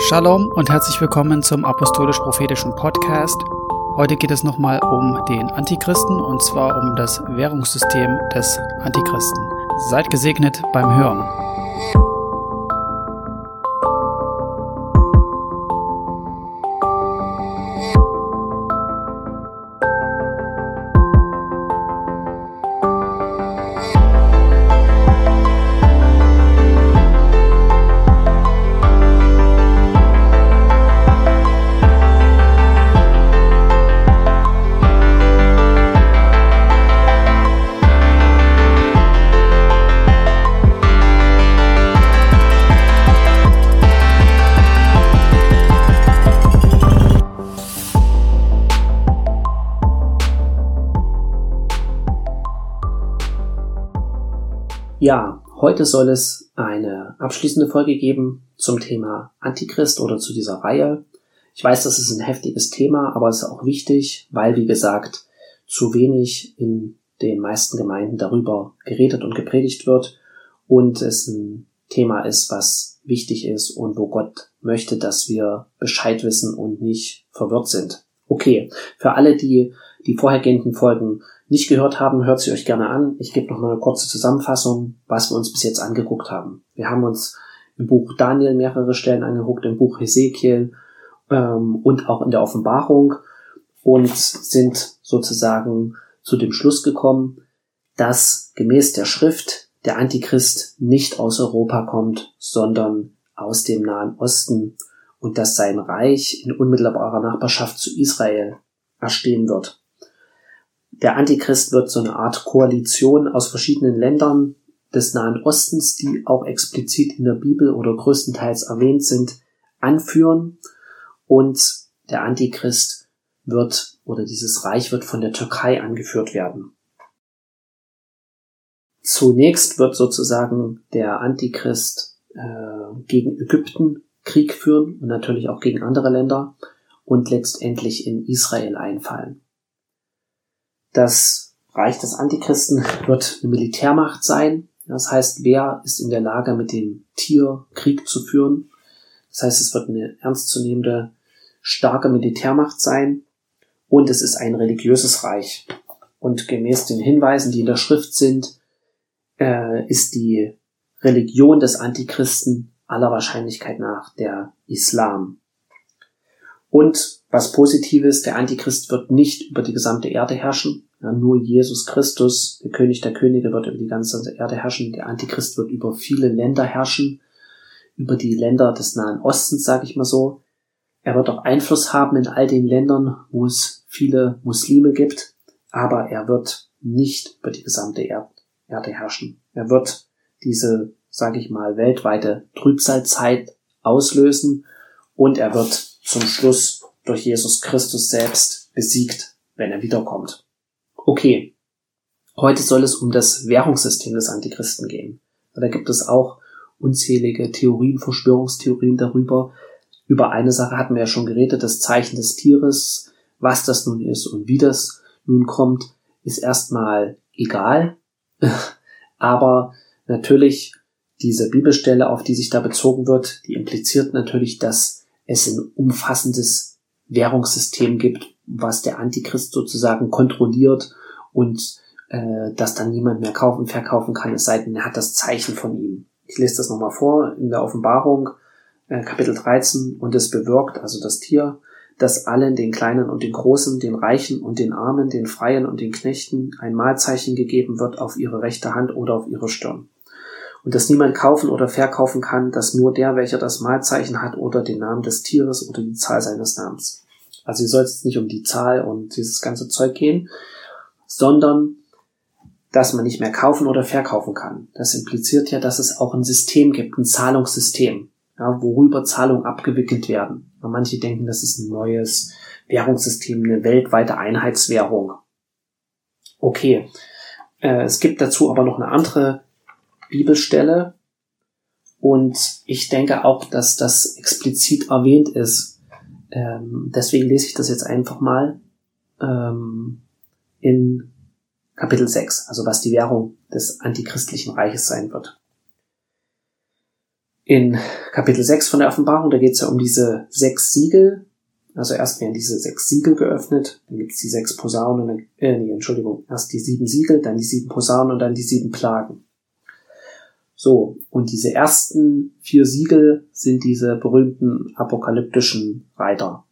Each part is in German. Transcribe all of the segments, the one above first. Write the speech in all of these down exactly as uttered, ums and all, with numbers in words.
Shalom und herzlich willkommen zum Apostolisch-Prophetischen Podcast. Heute geht es nochmal um den Antichristen und zwar um das Währungssystem des Antichristen. Seid gesegnet beim Hören. Ja, heute soll es eine abschließende Folge geben zum Thema Antichrist oder zu dieser Reihe. Ich weiß, das ist ein heftiges Thema, aber es ist auch wichtig, weil, wie gesagt, zu wenig in den meisten Gemeinden darüber geredet und gepredigt wird und es ein Thema ist, was wichtig ist und wo Gott möchte, dass wir Bescheid wissen und nicht verwirrt sind. Okay, für alle, die die vorhergehenden Folgen nicht gehört haben, hört sie euch gerne an. Ich gebe noch mal eine kurze Zusammenfassung, was wir uns bis jetzt angeguckt haben. Wir haben uns im Buch Daniel mehrere Stellen angeguckt, im Buch Hesekiel ähm, und auch in der Offenbarung und sind sozusagen zu dem Schluss gekommen, dass gemäß der Schrift der Antichrist nicht aus Europa kommt, sondern aus dem Nahen Osten und dass sein Reich in unmittelbarer Nachbarschaft zu Israel erstehen wird. Der Antichrist wird so eine Art Koalition aus verschiedenen Ländern des Nahen Ostens, die auch explizit in der Bibel oder größtenteils erwähnt sind, anführen. Und der Antichrist wird, oder dieses Reich wird von der Türkei angeführt werden. Zunächst wird sozusagen der Antichrist äh, gegen Ägypten Krieg führen und natürlich auch gegen andere Länder und letztendlich in Israel einfallen. Das Reich des Antichristen wird eine Militärmacht sein. Das heißt, wer ist in der Lage, mit dem Tier Krieg zu führen? Das heißt, es wird eine ernstzunehmende, starke Militärmacht sein. Und es ist ein religiöses Reich. Und gemäß den Hinweisen, die in der Schrift sind, äh, ist die Religion des Antichristen aller Wahrscheinlichkeit nach der Islam. Und was Positives, der Antichrist wird nicht über die gesamte Erde herrschen. Ja, nur Jesus Christus, der König der Könige, wird über die ganze Erde herrschen. Der Antichrist wird über viele Länder herrschen, über die Länder des Nahen Ostens, sage ich mal so. Er wird auch Einfluss haben in all den Ländern, wo es viele Muslime gibt, aber er wird nicht über die gesamte Erde herrschen. Er wird diese, sage ich mal, weltweite Trübsalzeit auslösen und er wird zum Schluss durch Jesus Christus selbst besiegt, wenn er wiederkommt. Okay, heute soll es um das Währungssystem des Antichristen gehen. Da gibt es auch unzählige Theorien, Verschwörungstheorien darüber. Über eine Sache hatten wir ja schon geredet, das Zeichen des Tieres. Was das nun ist und wie das nun kommt, ist erstmal egal. Aber natürlich diese Bibelstelle, auf die sich da bezogen wird, die impliziert natürlich, dass es ein umfassendes Währungssystem gibt, was der Antichrist sozusagen kontrolliert und äh, das dann niemand mehr kaufen, verkaufen kann, es sei denn, er hat das Zeichen von ihm. Ich lese das nochmal vor in der Offenbarung, äh, Kapitel dreizehn, und es bewirkt, also das Tier, dass allen, den Kleinen und den Großen, den Reichen und den Armen, den Freien und den Knechten ein Mahlzeichen gegeben wird auf ihre rechte Hand oder auf ihre Stirn. Und dass niemand kaufen oder verkaufen kann, dass nur der, welcher das Mahlzeichen hat oder den Namen des Tieres oder die Zahl seines Namens. Also hier soll es nicht um die Zahl und dieses ganze Zeug gehen, sondern dass man nicht mehr kaufen oder verkaufen kann. Das impliziert ja, dass es auch ein System gibt, ein Zahlungssystem, ja, worüber Zahlungen abgewickelt werden. Und manche denken, das ist ein neues Währungssystem, eine weltweite Einheitswährung. Okay, äh, es gibt dazu aber noch eine andere Bibelstelle und ich denke auch, dass das explizit erwähnt ist. Ähm, deswegen lese ich das jetzt einfach mal ähm, in Kapitel sechs, also was die Währung des antichristlichen Reiches sein wird. in Kapitel sechs von der Offenbarung, da geht es ja um diese sechs Siegel. Also erst werden diese sechs Siegel geöffnet, dann gibt es die sechs Posaunen, dann, äh, nee, Entschuldigung, erst die sieben Siegel, dann die sieben Posaunen und dann die sieben Plagen. So, und diese ersten vier Siegel sind diese berühmten apokalyptischen Reiter.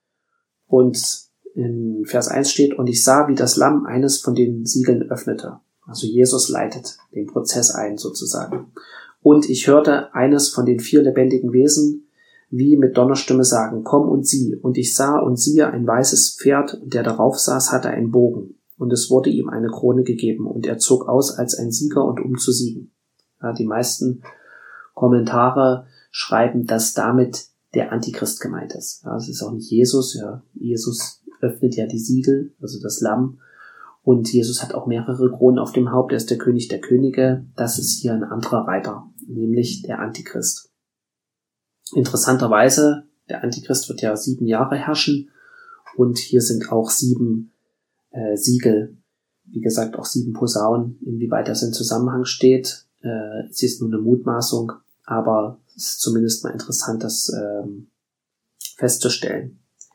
Und in Vers eins steht, und ich sah, wie das Lamm eines von den Siegeln öffnete. Also Jesus leitet den Prozess ein sozusagen. Und ich hörte eines von den vier lebendigen Wesen wie mit Donnerstimme sagen, komm und sieh. Und ich sah und siehe ein weißes Pferd, und der darauf saß, hatte einen Bogen. Und es wurde ihm eine Krone gegeben, und er zog aus als ein Sieger und um zu siegen. Ja, die meisten Kommentare schreiben, dass damit der Antichrist gemeint ist. Ja, es ist auch nicht Jesus. Ja, Jesus öffnet ja die Siegel, also das Lamm. Und Jesus hat auch mehrere Kronen auf dem Haupt. Er ist der König der Könige. Das ist hier ein anderer Reiter, nämlich der Antichrist. Interessanterweise, der Antichrist wird ja sieben Jahre herrschen und hier sind auch sieben äh, Siegel, wie gesagt auch sieben Posaunen. Inwieweit das in Zusammenhang steht, äh, es ist nur eine Mutmaßung, aber es ist zumindest mal interessant, das ähm, festzustellen.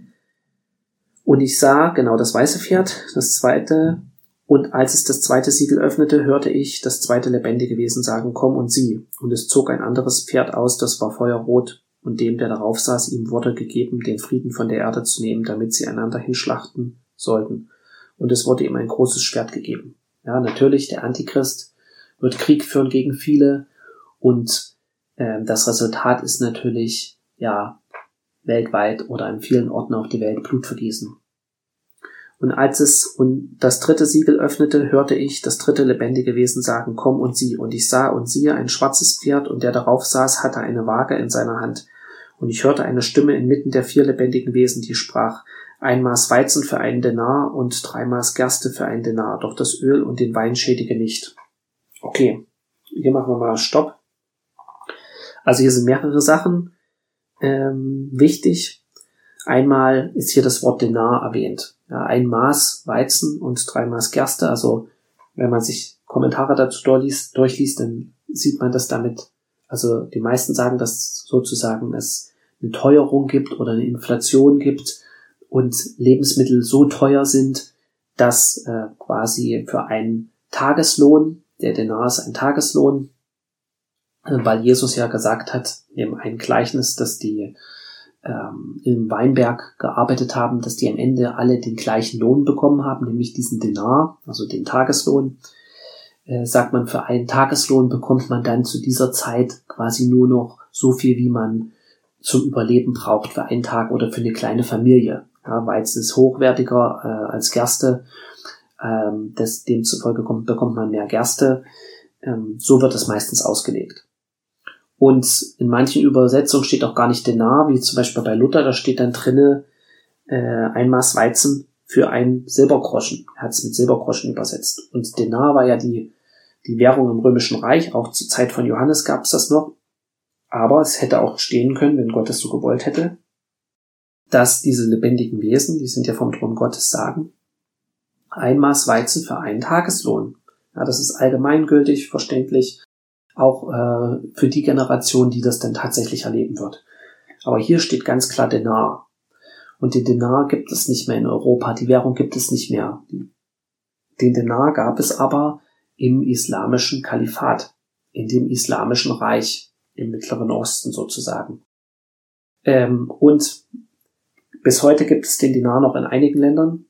Und ich sah genau das weiße Pferd, das zweite, und als es das zweite Siegel öffnete, hörte ich das zweite lebendige Wesen sagen, komm und sieh. Und es zog ein anderes Pferd aus, das war feuerrot, und dem, der darauf saß, ihm wurde gegeben, den Frieden von der Erde zu nehmen, damit sie einander hinschlachten sollten. Und es wurde ihm ein großes Schwert gegeben. Ja, natürlich, der Antichrist wird Krieg führen gegen viele, und äh, das Resultat ist natürlich, ja, weltweit oder an vielen Orten auf der Welt Blutvergießen. Und als es und das dritte Siegel öffnete, hörte ich das dritte lebendige Wesen sagen, komm und sieh. Und ich sah und siehe ein schwarzes Pferd, und der darauf saß, hatte eine Waage in seiner Hand. Und ich hörte eine Stimme inmitten der vier lebendigen Wesen, die sprach, ein Maß Weizen für einen Denar und drei Maß Gerste für einen Denar, doch das Öl und den Wein schädige nicht. Okay, hier machen wir mal Stopp. Also hier sind mehrere Sachen ähm, wichtig. Einmal ist hier das Wort Denar erwähnt. Ja, ein Maß Weizen und drei Maß Gerste. Also wenn man sich Kommentare dazu durchliest, durchliest, dann sieht man das damit. Also die meisten sagen, dass sozusagen es eine Teuerung gibt oder eine Inflation gibt und Lebensmittel so teuer sind, dass äh, quasi für einen Tageslohn, der Denar ist ein Tageslohn, äh, weil Jesus ja gesagt hat, in einem Gleichnis, dass die ähm, im Weinberg gearbeitet haben, dass die am Ende alle den gleichen Lohn bekommen haben, nämlich diesen Denar, also den Tageslohn. Äh, sagt man, für einen Tageslohn bekommt man dann zu dieser Zeit quasi nur noch so viel, wie man zum Überleben braucht für einen Tag oder für eine kleine Familie. Ja, Weizen ist hochwertiger äh, als Gerste, ähm, das, demzufolge kommt, bekommt man mehr Gerste. Ähm, so wird es meistens ausgelegt. Und in manchen Übersetzungen steht auch gar nicht Denar, wie zum Beispiel bei Luther, da steht dann drinne äh, ein Maß Weizen für einen Silbergroschen. Er hat es mit Silbergroschen übersetzt. Und Denar war ja die, die Währung im Römischen Reich, auch zur Zeit von Johannes gab es das noch. Aber es hätte auch stehen können, wenn Gott es so gewollt hätte, dass diese lebendigen Wesen, die sind ja vom Thron Gottes, sagen, ein Maß Weizen für einen Tageslohn. Ja, das ist allgemeingültig, verständlich, auch äh, für die Generation, die das dann tatsächlich erleben wird. Aber hier steht ganz klar Denar. Und den Denar gibt es nicht mehr in Europa, die Währung gibt es nicht mehr. Den Denar gab es aber im islamischen Kalifat, in dem islamischen Reich, im Mittleren Osten sozusagen. Ähm, und bis heute gibt es den Denar noch in einigen Ländern.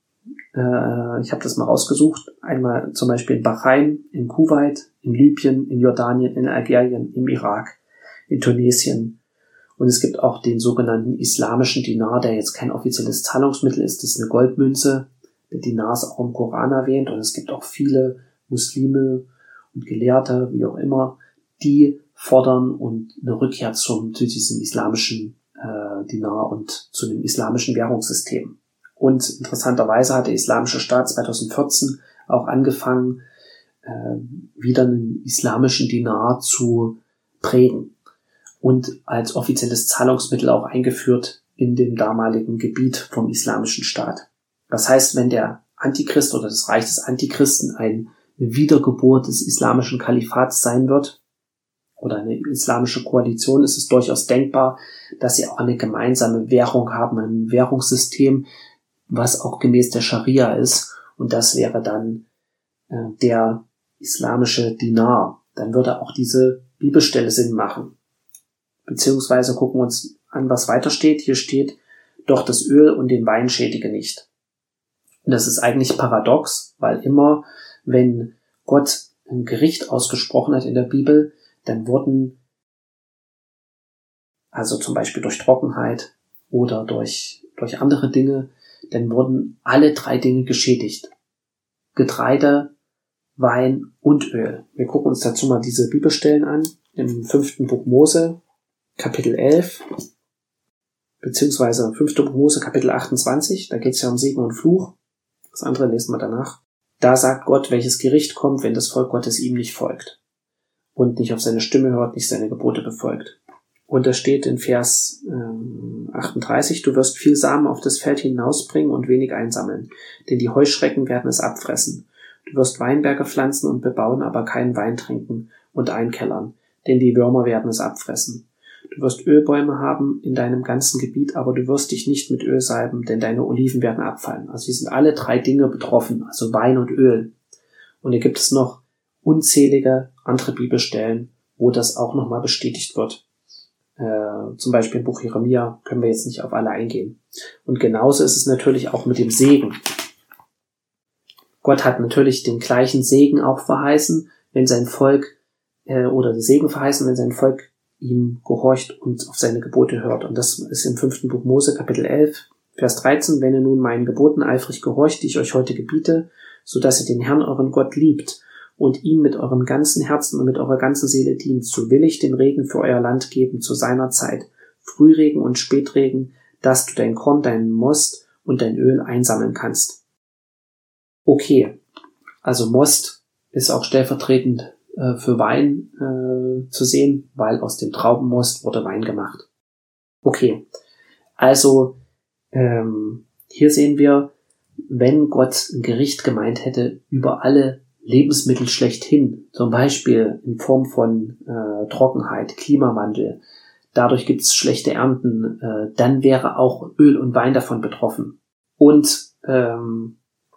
Äh, ich habe das mal rausgesucht. Einmal zum Beispiel in Bahrain, in Kuwait, in Libyen, in Jordanien, in Algerien, im Irak, in Tunesien. Und es gibt auch den sogenannten islamischen Dinar, der jetzt kein offizielles Zahlungsmittel ist. Das ist eine Goldmünze. Der Dinar ist auch im Koran erwähnt. Und es gibt auch viele Muslime und Gelehrte, wie auch immer, die fordern und eine Rückkehr zum, zu diesem islamischen äh, Dinar und zu dem islamischen Währungssystem. Und interessanterweise hat der Islamische Staat zweitausendvierzehn auch angefangen, äh, wieder einen islamischen Dinar zu prägen und als offizielles Zahlungsmittel auch eingeführt in dem damaligen Gebiet vom Islamischen Staat. Das heißt, wenn der Antichrist oder das Reich des Antichristen eine Wiedergeburt des islamischen Kalifats sein wird, oder eine islamische Koalition ist es durchaus denkbar, dass sie auch eine gemeinsame Währung haben, ein Währungssystem, was auch gemäß der Scharia ist. Und das wäre dann äh, der islamische Dinar. Dann würde auch diese Bibelstelle Sinn machen. Beziehungsweise gucken wir uns an, was weiter steht. Hier steht, doch das Öl und den Wein schädige nicht. Und das ist eigentlich paradox, weil immer, wenn Gott ein Gericht ausgesprochen hat in der Bibel, dann wurden, also zum Beispiel durch Trockenheit oder durch, durch andere Dinge, dann wurden alle drei Dinge geschädigt. Getreide, Wein und Öl. Wir gucken uns dazu mal diese Bibelstellen an, im fünften Buch Mose, Kapitel elf, beziehungsweise fünften Buch Mose, Kapitel achtundzwanzig, da geht es ja um Segen und Fluch. Das andere lesen wir danach. Da sagt Gott, welches Gericht kommt, wenn das Volk Gottes ihm nicht folgt und nicht auf seine Stimme hört, nicht seine Gebote befolgt. Und da steht in Vers äh, achtunddreißig, du wirst viel Samen auf das Feld hinausbringen und wenig einsammeln, denn die Heuschrecken werden es abfressen. Du wirst Weinberge pflanzen und bebauen, aber keinen Wein trinken und einkellern, denn die Würmer werden es abfressen. Du wirst Ölbäume haben in deinem ganzen Gebiet, aber du wirst dich nicht mit Öl salben, denn deine Oliven werden abfallen. Also hier sind alle drei Dinge betroffen, also Wein und Öl. Und hier gibt es noch unzählige andere Bibelstellen, wo das auch nochmal bestätigt wird. Äh, zum Beispiel im Buch Jeremia können wir jetzt nicht auf alle eingehen. Und genauso ist es natürlich auch mit dem Segen. Gott hat natürlich den gleichen Segen auch verheißen, wenn sein Volk, äh, oder den Segen verheißen, wenn sein Volk ihm gehorcht und auf seine Gebote hört. Und das ist im fünften Buch Mose, Kapitel elf, Vers dreizehn, wenn ihr nun meinen Geboten eifrig gehorcht, die ich euch heute gebiete, so dass ihr den Herrn, euren Gott, liebt und ihm mit eurem ganzen Herzen und mit eurer ganzen Seele dient, so will ich den Regen für euer Land geben zu seiner Zeit, Frühregen und Spätregen, dass du dein Korn, deinen Most und dein Öl einsammeln kannst. Okay, also Most ist auch stellvertretend äh, für Wein äh, zu sehen, weil aus dem Traubenmost wurde Wein gemacht. Okay, also ähm, hier sehen wir, wenn Gott ein Gericht gemeint hätte über alle Lebensmittel schlechthin, zum Beispiel in Form von äh, Trockenheit, Klimawandel, dadurch gibt es schlechte Ernten, äh, dann wäre auch Öl und Wein davon betroffen. Und ähm,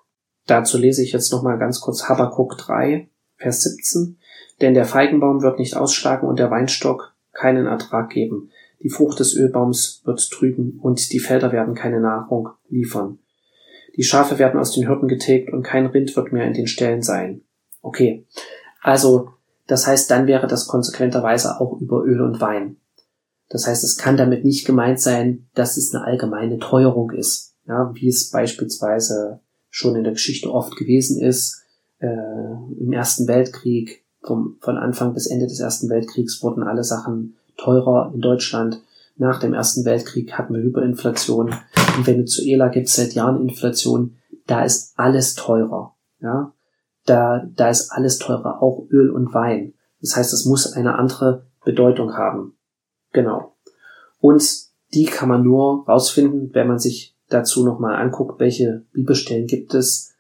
dazu lese ich jetzt nochmal ganz kurz Habakuk drei, Vers siebzehn. Denn der Feigenbaum wird nicht ausschlagen und der Weinstock keinen Ertrag geben. Die Frucht des Ölbaums wird trüben und die Felder werden keine Nahrung liefern. Die Schafe werden aus den Hürden getilgt und kein Rind wird mehr in den Ställen sein. Okay, also das heißt, dann wäre das konsequenterweise auch über Öl und Wein. Das heißt, es kann damit nicht gemeint sein, dass es eine allgemeine Teuerung ist, ja, wie es beispielsweise schon in der Geschichte oft gewesen ist. Äh, im Ersten Weltkrieg, vom, von Anfang bis Ende des Ersten Weltkriegs wurden alle Sachen teurer in Deutschland. Nach dem Ersten Weltkrieg hatten wir Hyperinflation. In Venezuela gibt es seit Jahren Inflation. Da ist alles teurer. Ja, da, da ist alles teurer, auch Öl und Wein. Das heißt, es muss eine andere Bedeutung haben. Genau. Und die kann man nur rausfinden, wenn man sich dazu nochmal anguckt, welche Bibelstellen gibt es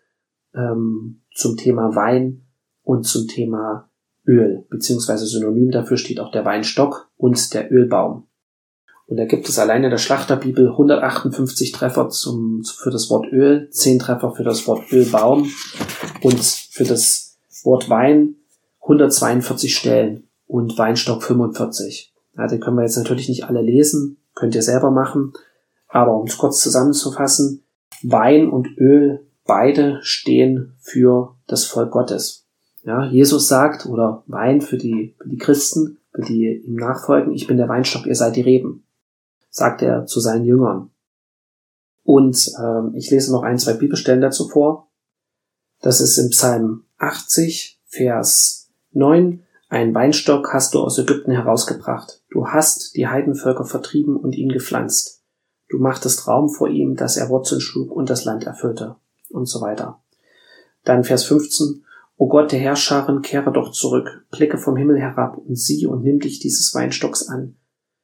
ähm, zum Thema Wein und zum Thema Öl, beziehungsweise synonym dafür steht auch der Weinstock und der Ölbaum. Und da gibt es allein in der Schlachterbibel hundertachtundfünfzig Treffer zum, für das Wort Öl, zehn Treffer für das Wort Ölbaum und für das Wort Wein hundertzweiundvierzig Stellen und Weinstock fünfundvierzig. Ja, die können wir jetzt natürlich nicht alle lesen, könnt ihr selber machen, aber um es kurz zusammenzufassen, Wein und Öl, beide stehen für das Volk Gottes. Ja, Jesus sagt, oder Wein für die, für die Christen, für die ihm nachfolgen, ich bin der Weinstock, ihr seid die Reben, sagt er zu seinen Jüngern. Und ähm, ich lese noch ein, zwei Bibelstellen dazu vor. Das ist im Psalm achtzig, Vers neun. Ein Weinstock hast du aus Ägypten herausgebracht. Du hast die Heidenvölker vertrieben und ihn gepflanzt. Du machtest Raum vor ihm, dass er Wurzeln schlug und das Land erfüllte. Und so weiter. Dann Vers fünfzehn. O Gott der Herrscharen, kehre doch zurück, blicke vom Himmel herab und sieh und nimm dich dieses Weinstocks an.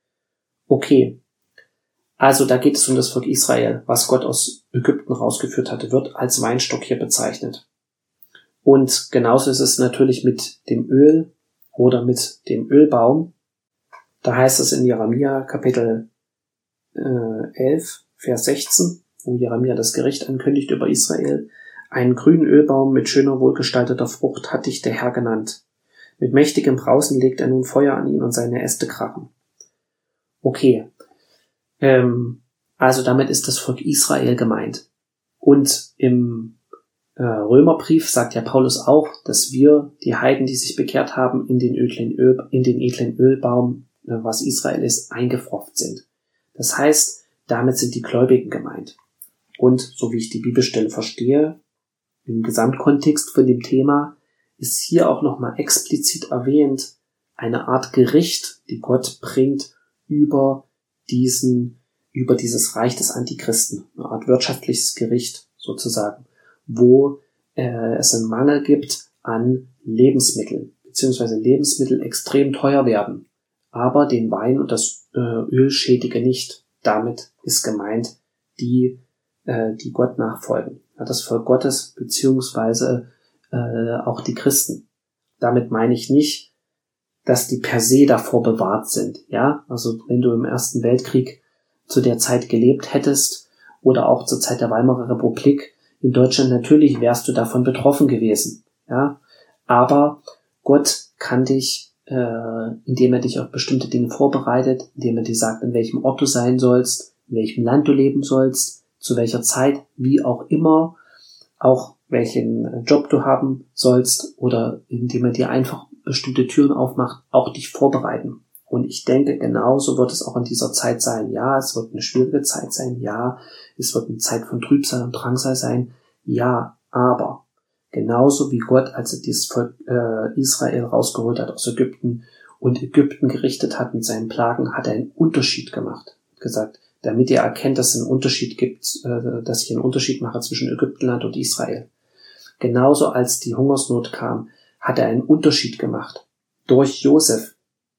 Okay, also da geht es um das Volk Israel, was Gott aus Ägypten rausgeführt hatte, wird als Weinstock hier bezeichnet. Und genauso ist es natürlich mit dem Öl oder mit dem Ölbaum. Da heißt es in Jeremia Kapitel äh, elf, Vers sechzehn, wo Jeremia das Gericht ankündigt über Israel: Einen grünen Ölbaum mit schöner, wohlgestalteter Frucht hat dich der Herr genannt. Mit mächtigem Brausen legt er nun Feuer an ihn und seine Äste krachen. Okay, ähm, also damit ist das Volk Israel gemeint. Und im äh, Römerbrief sagt ja Paulus auch, dass wir, die Heiden, die sich bekehrt haben, in den edlen, Öl, in den edlen Ölbaum, äh, was Israel ist, eingepfropft sind. Das heißt, damit sind die Gläubigen gemeint. Und so wie ich die Bibelstelle verstehe, im Gesamtkontext von dem Thema, ist hier auch nochmal explizit erwähnt, eine Art Gericht, die Gott bringt über diesen, über dieses Reich des Antichristen. Eine Art wirtschaftliches Gericht sozusagen, wo äh, es einen Mangel gibt an Lebensmitteln, beziehungsweise Lebensmittel extrem teuer werden, aber den Wein und das äh, Öl schädige nicht. Damit ist gemeint, die, äh, die Gott nachfolgen. Ja, das Volk Gottes, beziehungsweise äh, auch die Christen. Damit meine ich nicht, dass die per se davor bewahrt sind. Ja, also wenn du im Ersten Weltkrieg zu der Zeit gelebt hättest oder auch zur Zeit der Weimarer Republik in Deutschland, natürlich wärst du davon betroffen gewesen. Ja, aber Gott kann dich, äh, indem er dich auf bestimmte Dinge vorbereitet, indem er dir sagt, in welchem Ort du sein sollst, in welchem Land du leben sollst, zu welcher Zeit, wie auch immer, auch welchen Job du haben sollst oder indem er dir einfach bestimmte Türen aufmacht, auch dich vorbereiten. Und ich denke, genauso wird es auch in dieser Zeit sein. Ja, es wird eine schwierige Zeit sein. Ja, es wird eine Zeit von Trübsal und Drangsal sein. Ja, aber genauso wie Gott, als er dieses Volk äh, Israel rausgeholt hat aus Ägypten und Ägypten gerichtet hat mit seinen Plagen, hat er einen Unterschied gemacht. Hat gesagt, damit ihr erkennt, dass es einen Unterschied gibt, äh, dass ich einen Unterschied mache zwischen Ägyptenland und Israel. Genauso als die Hungersnot kam, hat er einen Unterschied gemacht. Durch Josef.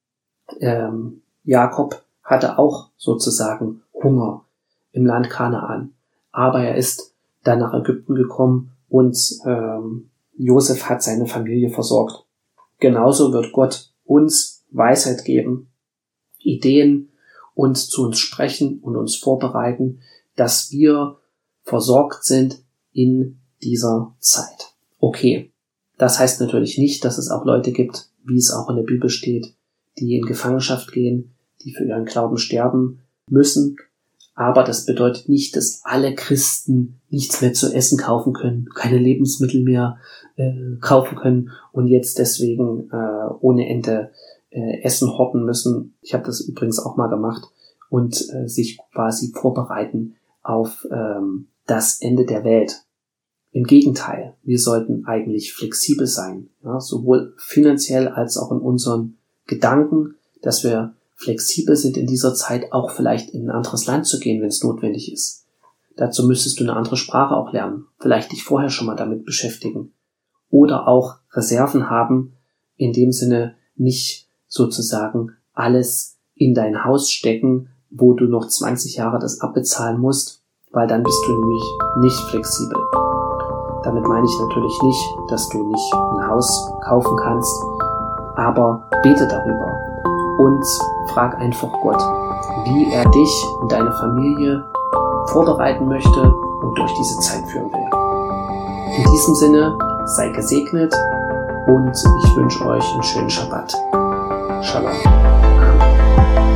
Ähm, Jakob hatte auch sozusagen Hunger im Land Kanaan. Aber er ist dann nach Ägypten gekommen und ähm, Josef hat seine Familie versorgt. Genauso wird Gott uns Weisheit geben, Ideen und zu uns sprechen und uns vorbereiten, dass wir versorgt sind in dieser Zeit. Okay, das heißt natürlich nicht, dass es auch Leute gibt, wie es auch in der Bibel steht, die in Gefangenschaft gehen, die für ihren Glauben sterben müssen. Aber das bedeutet nicht, dass alle Christen nichts mehr zu essen kaufen können, keine Lebensmittel mehr äh, kaufen können und jetzt deswegen äh, ohne Ende äh, Essen horten müssen. Ich habe das übrigens auch mal gemacht und äh, sich quasi vorbereiten auf ähm, das Ende der Welt. Im Gegenteil, wir sollten eigentlich flexibel sein, ja, sowohl finanziell als auch in unseren Gedanken, dass wir flexibel sind in dieser Zeit, auch vielleicht in ein anderes Land zu gehen, wenn es notwendig ist. Dazu müsstest du eine andere Sprache auch lernen, vielleicht dich vorher schon mal damit beschäftigen oder auch Reserven haben, in dem Sinne nicht sozusagen alles in dein Haus stecken, wo du noch zwanzig Jahre das abbezahlen musst, weil dann bist du nämlich nicht flexibel. Damit meine ich natürlich nicht, dass du nicht ein Haus kaufen kannst, aber bete darüber und frag einfach Gott, wie er dich und deine Familie vorbereiten möchte und durch diese Zeit führen will. In diesem Sinne, sei gesegnet und ich wünsche euch einen schönen Schabbat. Shalom. Amen.